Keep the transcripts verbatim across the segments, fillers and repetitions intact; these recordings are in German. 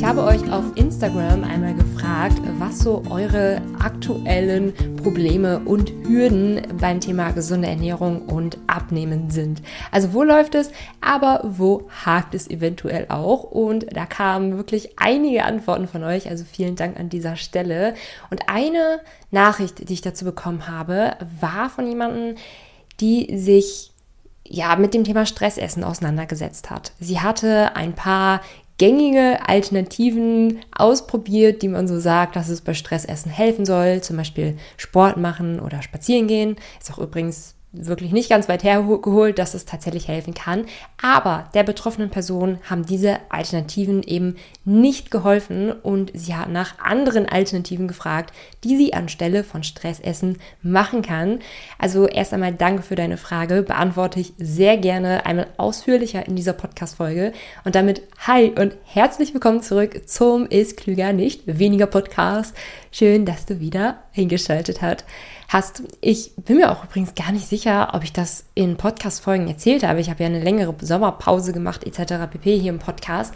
habe euch auf Instagram einmal gefragt, was so eure aktuellen Probleme und Hürden beim Thema gesunde Ernährung und Abnehmen sind. Also wo läuft es, aber wo hakt es eventuell auch? Und da kamen wirklich einige Antworten von euch, also vielen Dank an dieser Stelle. Und eine Nachricht, die ich dazu bekommen habe, war von jemandem, die sich ja mit dem Thema Stressessen auseinandergesetzt hat. Sie hatte ein paar gängige Alternativen ausprobiert, die man so sagt, dass es bei Stressessen helfen soll, zum Beispiel Sport machen oder spazieren gehen. Ist auch übrigens wirklich nicht ganz weit hergeholt, dass es tatsächlich helfen kann. Aber der betroffenen Person haben diese Alternativen eben nicht geholfen und sie hat nach anderen Alternativen gefragt, die sie anstelle von Stressessen machen kann. Also erst einmal danke für deine Frage, beantworte ich sehr gerne einmal ausführlicher in dieser Podcast-Folge. Und damit hi und herzlich willkommen zurück zum Ist Klüger nicht weniger Podcast. Schön, dass du wieder eingeschaltet hast. hast. Ich bin mir auch übrigens gar nicht sicher, ob ich das in Podcast-Folgen erzählt habe. Ich habe ja eine längere Sommerpause gemacht et cetera pp. Hier im Podcast.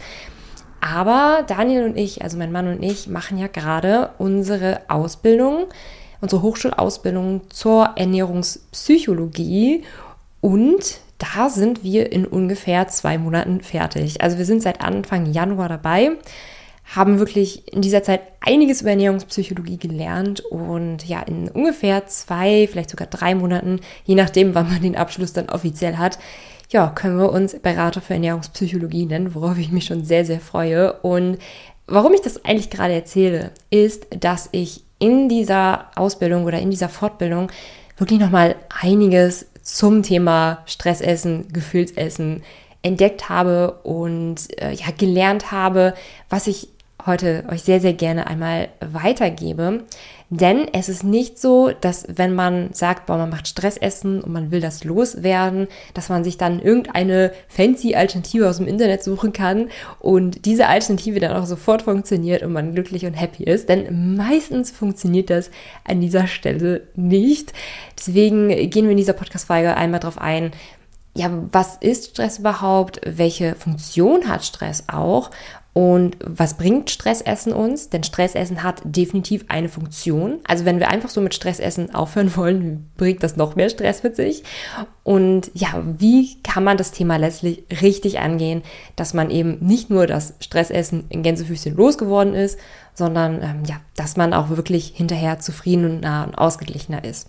Aber Daniel und ich, also mein Mann und ich, machen ja gerade unsere Ausbildung, unsere Hochschulausbildung zur Ernährungspsychologie und da sind wir in ungefähr zwei Monaten fertig. Also wir sind seit Anfang Januar dabei, haben wirklich in dieser Zeit einiges über Ernährungspsychologie gelernt und ja, in ungefähr zwei, vielleicht sogar drei Monaten, je nachdem, wann man den Abschluss dann offiziell hat, ja, können wir uns Berater für Ernährungspsychologie nennen, worauf ich mich schon sehr, sehr freue. Und warum ich das eigentlich gerade erzähle, ist, dass ich in dieser Ausbildung oder in dieser Fortbildung wirklich nochmal einiges zum Thema Stressessen, Gefühlsessen entdeckt habe und äh, ja, gelernt habe, was ich heute euch sehr, sehr gerne einmal weitergebe. Denn es ist nicht so, dass wenn man sagt, boah, man macht Stressessen und man will das loswerden, dass man sich dann irgendeine fancy Alternative aus dem Internet suchen kann und diese Alternative dann auch sofort funktioniert und man glücklich und happy ist. Denn meistens funktioniert das an dieser Stelle nicht. Deswegen gehen wir in dieser Podcast-Folge einmal drauf ein, ja, was ist Stress überhaupt? Welche Funktion hat Stress auch? Und was bringt Stressessen uns? Denn Stressessen hat definitiv eine Funktion. Also wenn wir einfach so mit Stressessen aufhören wollen, bringt das noch mehr Stress mit sich. Und ja, wie kann man das Thema letztlich richtig angehen, dass man eben nicht nur das Stressessen in Gänsefüßchen losgeworden ist, sondern ähm, ja, dass man auch wirklich hinterher zufrieden und nah und ausgeglichener ist.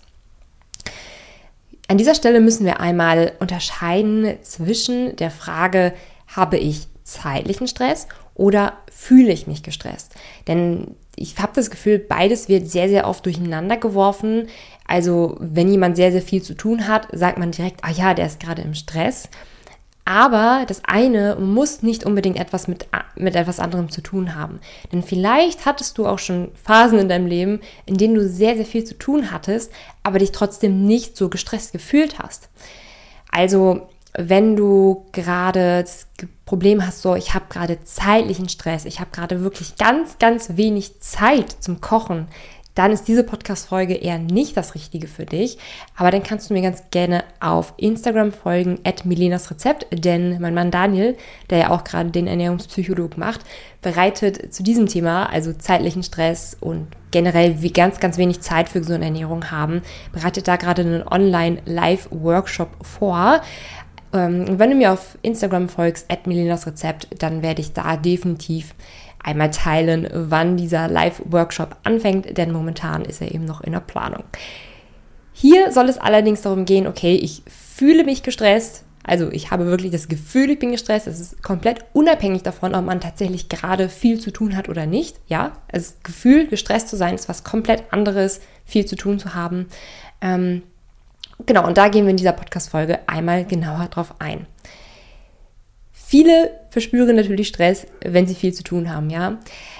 An dieser Stelle müssen wir einmal unterscheiden zwischen der Frage, habe ich zeitlichen Stress oder fühle ich mich gestresst? Denn ich habe das Gefühl, beides wird sehr, sehr oft durcheinander geworfen. Also wenn jemand sehr, sehr viel zu tun hat, sagt man direkt, ah ja, der ist gerade im Stress. Aber das eine muss nicht unbedingt etwas mit, mit etwas anderem zu tun haben. Denn vielleicht hattest du auch schon Phasen in deinem Leben, in denen du sehr, sehr viel zu tun hattest, aber dich trotzdem nicht so gestresst gefühlt hast. Also wenn du gerade das Problem hast, so ich habe gerade zeitlichen Stress, ich habe gerade wirklich ganz, ganz wenig Zeit zum Kochen, dann ist diese Podcast-Folge eher nicht das Richtige für dich. Aber dann kannst du mir ganz gerne auf Instagram folgen, at milenas Rezept, denn mein Mann Daniel, der ja auch gerade den Ernährungspsycholog macht, bereitet zu diesem Thema, also zeitlichen Stress und generell wie ganz, ganz wenig Zeit für gesunde Ernährung haben, bereitet da gerade einen Online-Live-Workshop vor. Ähm, wenn du mir auf Instagram folgst, at milenas Rezept, dann werde ich da definitiv einmal teilen, wann dieser Live-Workshop anfängt, denn momentan ist er eben noch in der Planung. Hier soll es allerdings darum gehen, okay, ich fühle mich gestresst, also ich habe wirklich das Gefühl, ich bin gestresst, das ist komplett unabhängig davon, ob man tatsächlich gerade viel zu tun hat oder nicht, ja, also das Gefühl, gestresst zu sein, ist was komplett anderes, viel zu tun zu haben, ähm, genau, und da gehen wir in dieser Podcast-Folge einmal genauer drauf ein. Viele verspüren natürlich Stress, wenn sie viel zu tun haben, ja.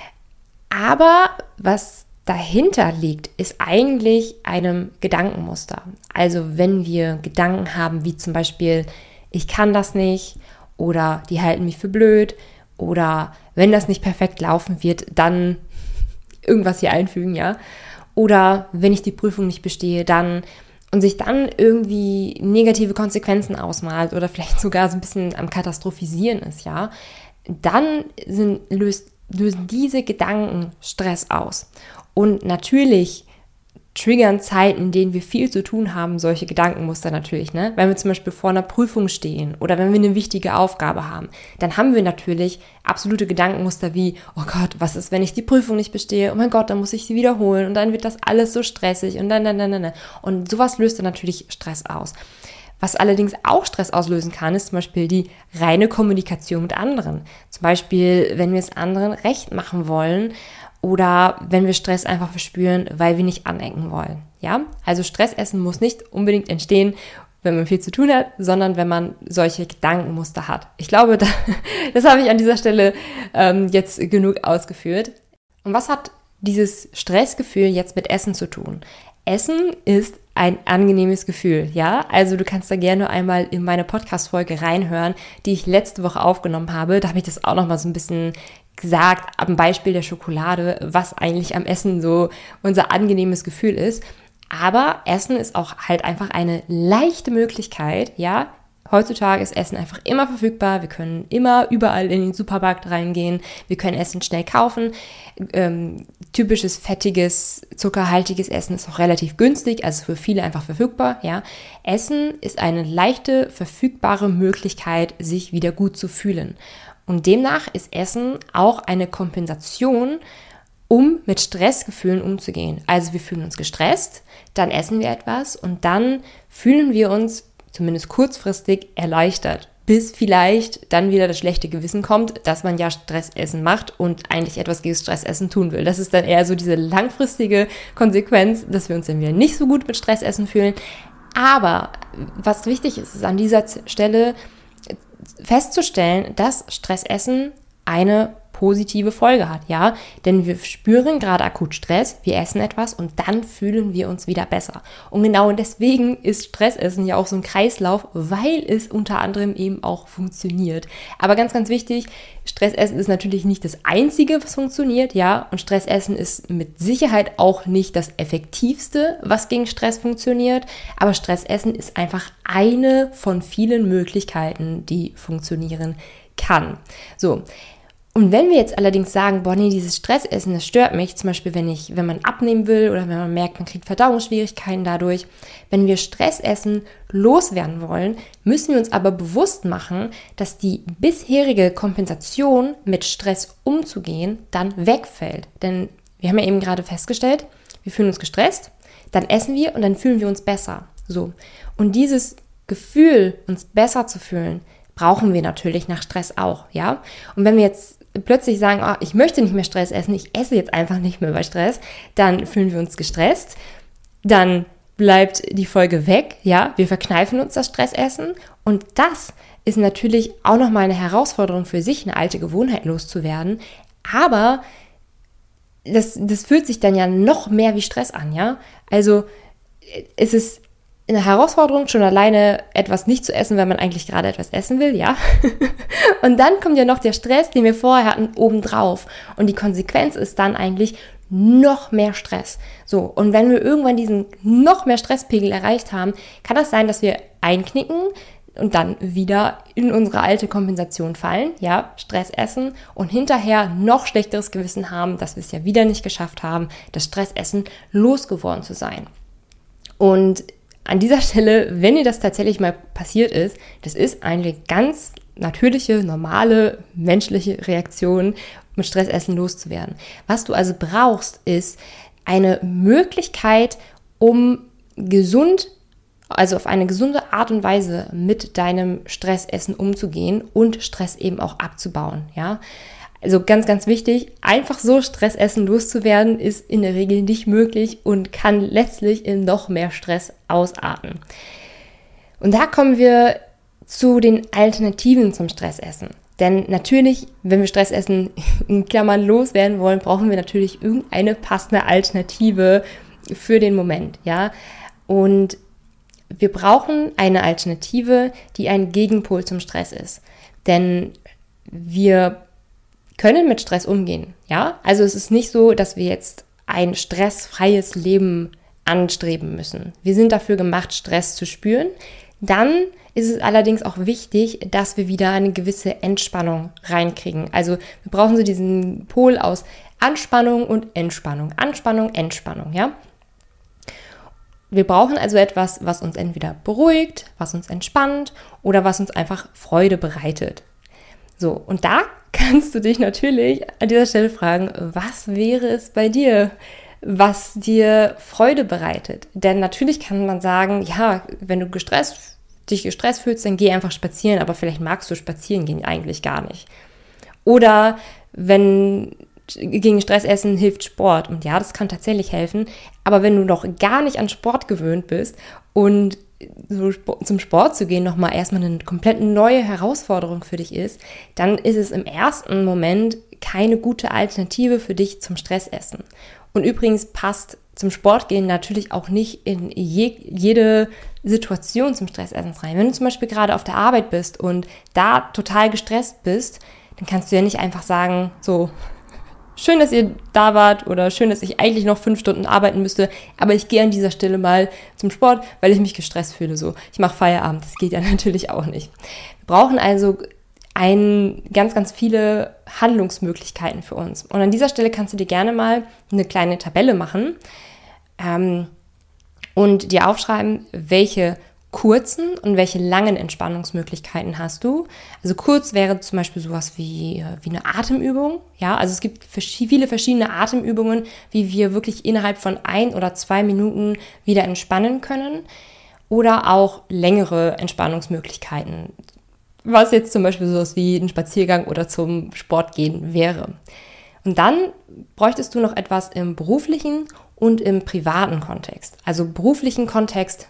Aber was dahinter liegt, ist eigentlich einem Gedankenmuster. Also wenn wir Gedanken haben, wie zum Beispiel, ich kann das nicht oder die halten mich für blöd oder wenn das nicht perfekt laufen wird, dann irgendwas hier einfügen, ja. Oder wenn ich die Prüfung nicht bestehe, dann und sich dann irgendwie negative Konsequenzen ausmalt oder vielleicht sogar so ein bisschen am Katastrophisieren ist, ja, dann sind, löst lösen diese Gedanken Stress aus. Und natürlich triggern Zeiten, in denen wir viel zu tun haben, solche Gedankenmuster natürlich, ne? Wenn wir zum Beispiel vor einer Prüfung stehen oder wenn wir eine wichtige Aufgabe haben, dann haben wir natürlich absolute Gedankenmuster wie, oh Gott, was ist, wenn ich die Prüfung nicht bestehe? Oh mein Gott, dann muss ich sie wiederholen und dann wird das alles so stressig und dann, dann, dann, dann. Und sowas löst dann natürlich Stress aus. Was allerdings auch Stress auslösen kann, ist zum Beispiel die reine Kommunikation mit anderen. Zum Beispiel, wenn wir es anderen recht machen wollen oder wenn wir Stress einfach verspüren, weil wir nicht anecken wollen. Ja? Also Stressessen muss nicht unbedingt entstehen, wenn man viel zu tun hat, sondern wenn man solche Gedankenmuster hat. Ich glaube, da, das habe ich an dieser Stelle ähm, jetzt genug ausgeführt. Und was hat dieses Stressgefühl jetzt mit Essen zu tun? Essen ist ein angenehmes Gefühl, ja? Also du kannst da gerne einmal in meine Podcast-Folge reinhören, die ich letzte Woche aufgenommen habe. Da habe ich das auch noch mal so ein bisschen gesagt, am Beispiel der Schokolade, was eigentlich am Essen so unser angenehmes Gefühl ist. Aber Essen ist auch halt einfach eine leichte Möglichkeit, ja? Heutzutage ist Essen einfach immer verfügbar. Wir können immer überall in den Supermarkt reingehen. Wir können Essen schnell kaufen. Ähm, typisches, fettiges, zuckerhaltiges Essen ist auch relativ günstig, also für viele einfach verfügbar. Ja. Essen ist eine leichte, verfügbare Möglichkeit, sich wieder gut zu fühlen. Und demnach ist Essen auch eine Kompensation, um mit Stressgefühlen umzugehen. Also wir fühlen uns gestresst, dann essen wir etwas und dann fühlen wir uns zumindest kurzfristig erleichtert, bis vielleicht dann wieder das schlechte Gewissen kommt, dass man ja Stressessen macht und eigentlich etwas gegen Stressessen tun will. Das ist dann eher so diese langfristige Konsequenz, dass wir uns dann wieder nicht so gut mit Stressessen fühlen. Aber was wichtig ist, ist an dieser Stelle festzustellen, dass Stressessen eine positive Folge hat, ja, denn wir spüren gerade akut Stress, wir essen etwas und dann fühlen wir uns wieder besser. Und genau deswegen ist Stressessen ja auch so ein Kreislauf, weil es unter anderem eben auch funktioniert. Aber ganz, ganz wichtig, Stressessen ist natürlich nicht das Einzige, was funktioniert, ja, und Stressessen ist mit Sicherheit auch nicht das Effektivste, was gegen Stress funktioniert, aber Stressessen ist einfach eine von vielen Möglichkeiten, die funktionieren kann. So. Und wenn wir jetzt allerdings sagen, boah, nee, dieses Stressessen, das stört mich, zum Beispiel, wenn ich, wenn man abnehmen will oder wenn man merkt, man kriegt Verdauungsschwierigkeiten dadurch, wenn wir Stressessen loswerden wollen, müssen wir uns aber bewusst machen, dass die bisherige Kompensation, mit Stress umzugehen, dann wegfällt. Denn wir haben ja eben gerade festgestellt, wir fühlen uns gestresst, dann essen wir und dann fühlen wir uns besser. So. Und dieses Gefühl, uns besser zu fühlen, brauchen wir natürlich nach Stress auch, ja. Und wenn wir jetzt plötzlich sagen, oh, ich möchte nicht mehr Stress essen, ich esse jetzt einfach nicht mehr bei Stress, dann fühlen wir uns gestresst, dann bleibt die Folge weg, ja, wir verkneifen uns das Stressessen und das ist natürlich auch nochmal eine Herausforderung für sich, eine alte Gewohnheit loszuwerden, aber das, das fühlt sich dann ja noch mehr wie Stress an, ja, also es ist eine Herausforderung, schon alleine etwas nicht zu essen, wenn man eigentlich gerade etwas essen will, ja. Und dann kommt ja noch der Stress, den wir vorher hatten, obendrauf. Und die Konsequenz ist dann eigentlich noch mehr Stress. So, und wenn wir irgendwann diesen noch mehr Stresspegel erreicht haben, kann das sein, dass wir einknicken und dann wieder in unsere alte Kompensation fallen, ja, Stress essen und hinterher noch schlechteres Gewissen haben, dass wir es ja wieder nicht geschafft haben, das Stressessen losgeworden zu sein. Und an dieser Stelle, wenn dir das tatsächlich mal passiert ist, das ist eine ganz natürliche, normale, menschliche Reaktion, mit Stressessen loszuwerden. Was du also brauchst, ist eine Möglichkeit, um gesund, also auf eine gesunde Art und Weise mit deinem Stressessen umzugehen und Stress eben auch abzubauen, ja. Also ganz, ganz wichtig, einfach so Stressessen loszuwerden, ist in der Regel nicht möglich und kann letztlich in noch mehr Stress ausarten. Und da kommen wir zu den Alternativen zum Stressessen. Denn natürlich, wenn wir Stressessen in Klammern loswerden wollen, brauchen wir natürlich irgendeine passende Alternative für den Moment, ja. Und wir brauchen eine Alternative, die ein Gegenpol zum Stress ist. Denn wir können mit Stress umgehen, ja? Also es ist nicht so, dass wir jetzt ein stressfreies Leben anstreben müssen. Wir sind dafür gemacht, Stress zu spüren. Dann ist es allerdings auch wichtig, dass wir wieder eine gewisse Entspannung reinkriegen. Also wir brauchen so diesen Pol aus Anspannung und Entspannung. Anspannung, Entspannung, ja. Wir brauchen also etwas, was uns entweder beruhigt, was uns entspannt oder was uns einfach Freude bereitet. So, und da kannst du dich natürlich an dieser Stelle fragen, was wäre es bei dir, was dir Freude bereitet? Denn natürlich kann man sagen, ja, wenn du gestresst, dich gestresst fühlst, dann geh einfach spazieren, aber vielleicht magst du spazieren gehen eigentlich gar nicht. Oder wenn gegen Stressessen hilft Sport. Und ja, das kann tatsächlich helfen. Aber wenn du noch gar nicht an Sport gewöhnt bist und so zum Sport zu gehen nochmal erstmal eine komplett neue Herausforderung für dich ist, dann ist es im ersten Moment keine gute Alternative für dich zum Stressessen. Und übrigens passt zum Sport gehen natürlich auch nicht in je, jede Situation zum Stressessen rein. Wenn du zum Beispiel gerade auf der Arbeit bist und da total gestresst bist, dann kannst du ja nicht einfach sagen, so, schön, dass ihr da wart oder schön, dass ich eigentlich noch fünf Stunden arbeiten müsste, aber ich gehe an dieser Stelle mal zum Sport, weil ich mich gestresst fühle. So, ich mache Feierabend. Das geht ja natürlich auch nicht. Wir brauchen also ein, ganz, ganz viele Handlungsmöglichkeiten für uns. Und an dieser Stelle kannst du dir gerne mal eine kleine Tabelle machen ähm, und dir aufschreiben, welche kurzen und welche langen Entspannungsmöglichkeiten hast du. Also kurz wäre zum Beispiel sowas wie, wie eine Atemübung. Ja, also es gibt viele verschiedene Atemübungen, wie wir wirklich innerhalb von ein oder zwei Minuten wieder entspannen können. Oder auch längere Entspannungsmöglichkeiten, was jetzt zum Beispiel sowas wie ein Spaziergang oder zum Sport gehen wäre. Und dann bräuchtest du noch etwas im beruflichen und im privaten Kontext. Also beruflichen Kontext,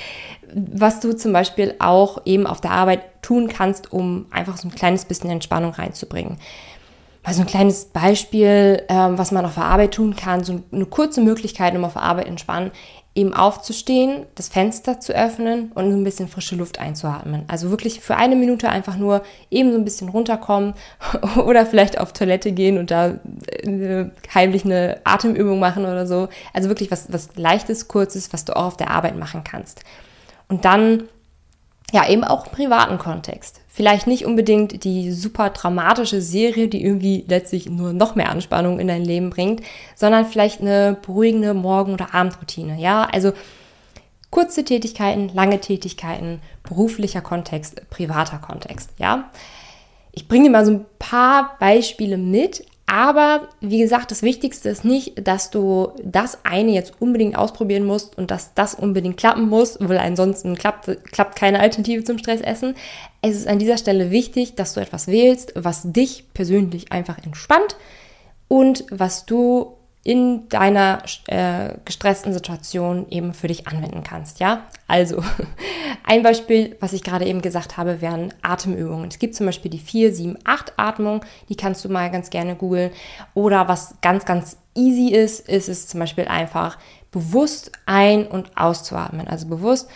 was du zum Beispiel auch eben auf der Arbeit tun kannst, um einfach so ein kleines bisschen Entspannung reinzubringen. Also ein kleines Beispiel, ähm, was man auf der Arbeit tun kann, so eine kurze Möglichkeit, um auf der Arbeit entspannen, eben aufzustehen, das Fenster zu öffnen und ein bisschen frische Luft einzuatmen. Also wirklich für eine Minute einfach nur eben so ein bisschen runterkommen oder vielleicht auf Toilette gehen und da äh, heimlich eine Atemübung machen oder so. Also wirklich was, was Leichtes, Kurzes, was du auch auf der Arbeit machen kannst. Und dann, ja, eben auch im privaten Kontext. Vielleicht nicht unbedingt die super dramatische Serie, die irgendwie letztlich nur noch mehr Anspannung in dein Leben bringt, sondern vielleicht eine beruhigende Morgen- oder Abendroutine. Ja, also kurze Tätigkeiten, lange Tätigkeiten, beruflicher Kontext, privater Kontext. Ja, ich bringe dir mal so ein paar Beispiele mit. Aber wie gesagt, das Wichtigste ist nicht, dass du das eine jetzt unbedingt ausprobieren musst und dass das unbedingt klappen muss, weil ansonsten klappt, klappt keine Alternative zum Stressessen. Es ist an dieser Stelle wichtig, dass du etwas wählst, was dich persönlich einfach entspannt und was du in deiner äh, gestressten Situation eben für dich anwenden kannst, ja? Also, ein Beispiel, was ich gerade eben gesagt habe, wären Atemübungen. Es gibt zum Beispiel die vier sieben acht Atmung, die kannst du mal ganz gerne googeln. Oder was ganz, ganz easy ist, ist es zum Beispiel einfach bewusst ein- und auszuatmen. Also bewusst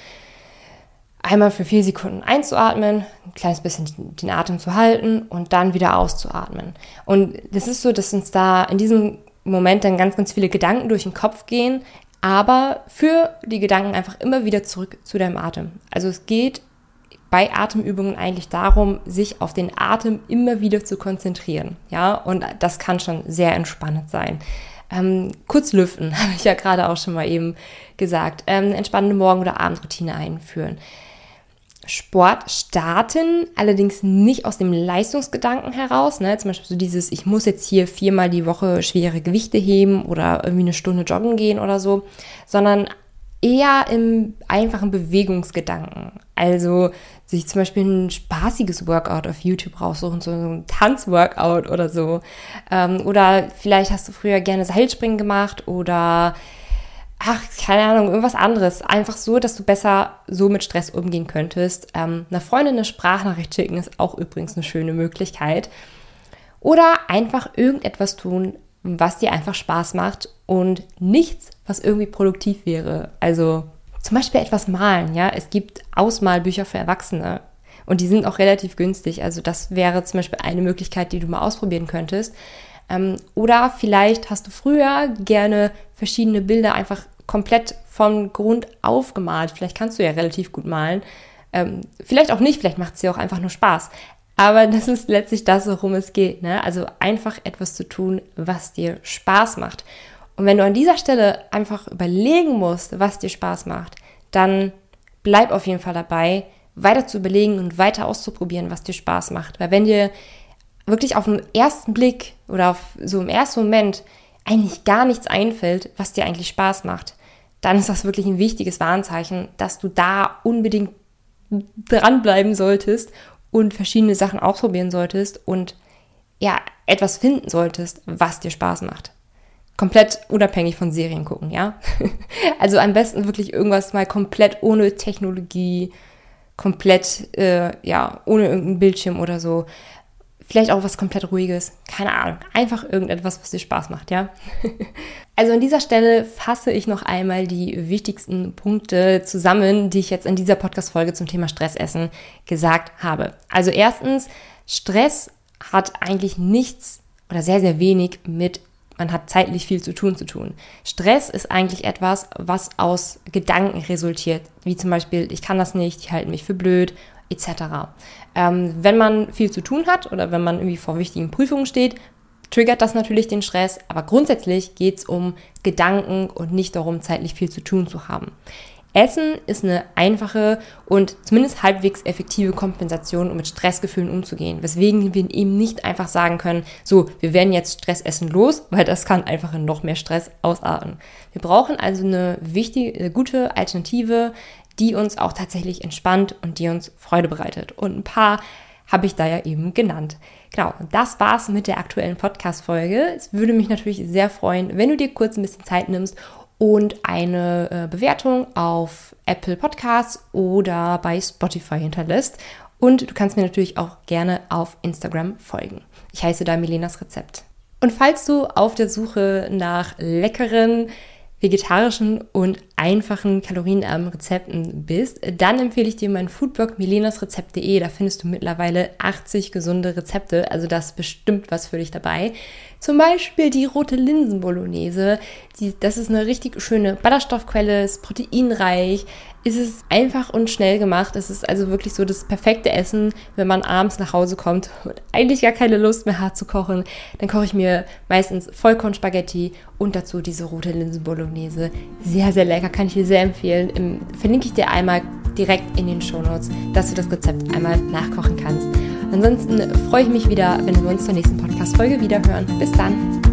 einmal für vier Sekunden einzuatmen, ein kleines bisschen den Atem zu halten und dann wieder auszuatmen. Und das ist so, dass uns da in diesem Moment dann ganz, ganz viele Gedanken durch den Kopf gehen, aber für die Gedanken einfach immer wieder zurück zu deinem Atem. Also es geht bei Atemübungen eigentlich darum, sich auf den Atem immer wieder zu konzentrieren, ja, und das kann schon sehr entspannend sein. Ähm, kurz lüften, habe ich ja gerade auch schon mal eben gesagt, ähm, entspannende Morgen- oder Abendroutine einführen. Sport starten, allerdings nicht aus dem Leistungsgedanken heraus, ne? Zum Beispiel so dieses, ich muss jetzt hier viermal die Woche schwere Gewichte heben oder irgendwie eine Stunde joggen gehen oder so, sondern eher im einfachen Bewegungsgedanken. Also sich zum Beispiel ein spaßiges Workout auf YouTube raussuchen, so ein Tanzworkout oder so. Ähm, oder vielleicht hast du früher gerne Seilspringen gemacht oder ach, keine Ahnung, irgendwas anderes. Einfach so, dass du besser so mit Stress umgehen könntest. Ähm, einer Freundin eine Sprachnachricht schicken ist auch übrigens eine schöne Möglichkeit. Oder einfach irgendetwas tun, was dir einfach Spaß macht und nichts, was irgendwie produktiv wäre. Also zum Beispiel etwas malen, ja. Es gibt Ausmalbücher für Erwachsene und die sind auch relativ günstig. Also das wäre zum Beispiel eine Möglichkeit, die du mal ausprobieren könntest. Ähm, oder vielleicht hast du früher gerne verschiedene Bilder einfach komplett von Grund auf gemalt. Vielleicht kannst du ja relativ gut malen. Ähm, vielleicht auch nicht, vielleicht macht es dir auch einfach nur Spaß. Aber das ist letztlich das, worum es geht, ne? Also einfach etwas zu tun, was dir Spaß macht. Und wenn du an dieser Stelle einfach überlegen musst, was dir Spaß macht, dann bleib auf jeden Fall dabei, weiter zu überlegen und weiter auszuprobieren, was dir Spaß macht. Weil wenn dir wirklich auf den ersten Blick oder auf so im ersten Moment eigentlich gar nichts einfällt, was dir eigentlich Spaß macht, dann ist das wirklich ein wichtiges Warnzeichen, dass du da unbedingt dranbleiben solltest und verschiedene Sachen ausprobieren solltest und ja, etwas finden solltest, was dir Spaß macht. Komplett unabhängig von Serien gucken, ja? Also am besten wirklich irgendwas mal komplett ohne Technologie, komplett, äh, ja, ohne irgendeinen Bildschirm oder so. Vielleicht auch was komplett Ruhiges, keine Ahnung. Einfach irgendetwas, was dir Spaß macht, ja? Also an dieser Stelle fasse ich noch einmal die wichtigsten Punkte zusammen, die ich jetzt in dieser Podcast-Folge zum Thema Stressessen gesagt habe. Also erstens, Stress hat eigentlich nichts oder sehr, sehr wenig mit man hat zeitlich viel zu tun zu tun. Stress ist eigentlich etwas, was aus Gedanken resultiert, wie zum Beispiel, ich kann das nicht, ich halte mich für blöd, et cetera. Ähm, wenn man viel zu tun hat oder wenn man irgendwie vor wichtigen Prüfungen steht, triggert das natürlich den Stress, aber grundsätzlich geht es um Gedanken und nicht darum, zeitlich viel zu tun zu haben. Essen ist eine einfache und zumindest halbwegs effektive Kompensation, um mit Stressgefühlen umzugehen, weswegen wir eben nicht einfach sagen können, so, wir werden jetzt Stressessen los, weil das kann einfach in noch mehr Stress ausarten. Wir brauchen also eine wichtige, eine gute Alternative, die uns auch tatsächlich entspannt und die uns Freude bereitet. Und ein paar habe ich da ja eben genannt. Genau, das war's mit der aktuellen Podcast-Folge. Es würde mich natürlich sehr freuen, wenn du dir kurz ein bisschen Zeit nimmst und eine äh, Bewertung auf Apple Podcasts oder bei Spotify hinterlässt. Und du kannst mir natürlich auch gerne auf Instagram folgen. Ich heiße da Milenas Rezept. Und falls du auf der Suche nach leckeren, vegetarischen und einfachen kalorienarmen Rezepten bist, dann empfehle ich dir meinen Foodblog milenasrezept punkt de. Da findest du mittlerweile achtzig gesunde Rezepte, also da ist bestimmt was für dich dabei. Zum Beispiel die rote Linsen-Bolognese. Die, das ist eine richtig schöne Ballaststoffquelle, ist proteinreich, ist es einfach und schnell gemacht. Es ist also wirklich so das perfekte Essen, wenn man abends nach Hause kommt und eigentlich gar keine Lust mehr hat zu kochen. Dann koche ich mir meistens Vollkornspaghetti und dazu diese rote Linsen-Bolognese. Sehr, sehr lecker, kann ich dir sehr empfehlen. Im, verlinke ich dir einmal direkt in den Shownotes, dass du das Rezept einmal nachkochen kannst. Ansonsten freue ich mich wieder, wenn wir uns zur nächsten Podcast-Folge wiederhören. Bis dann!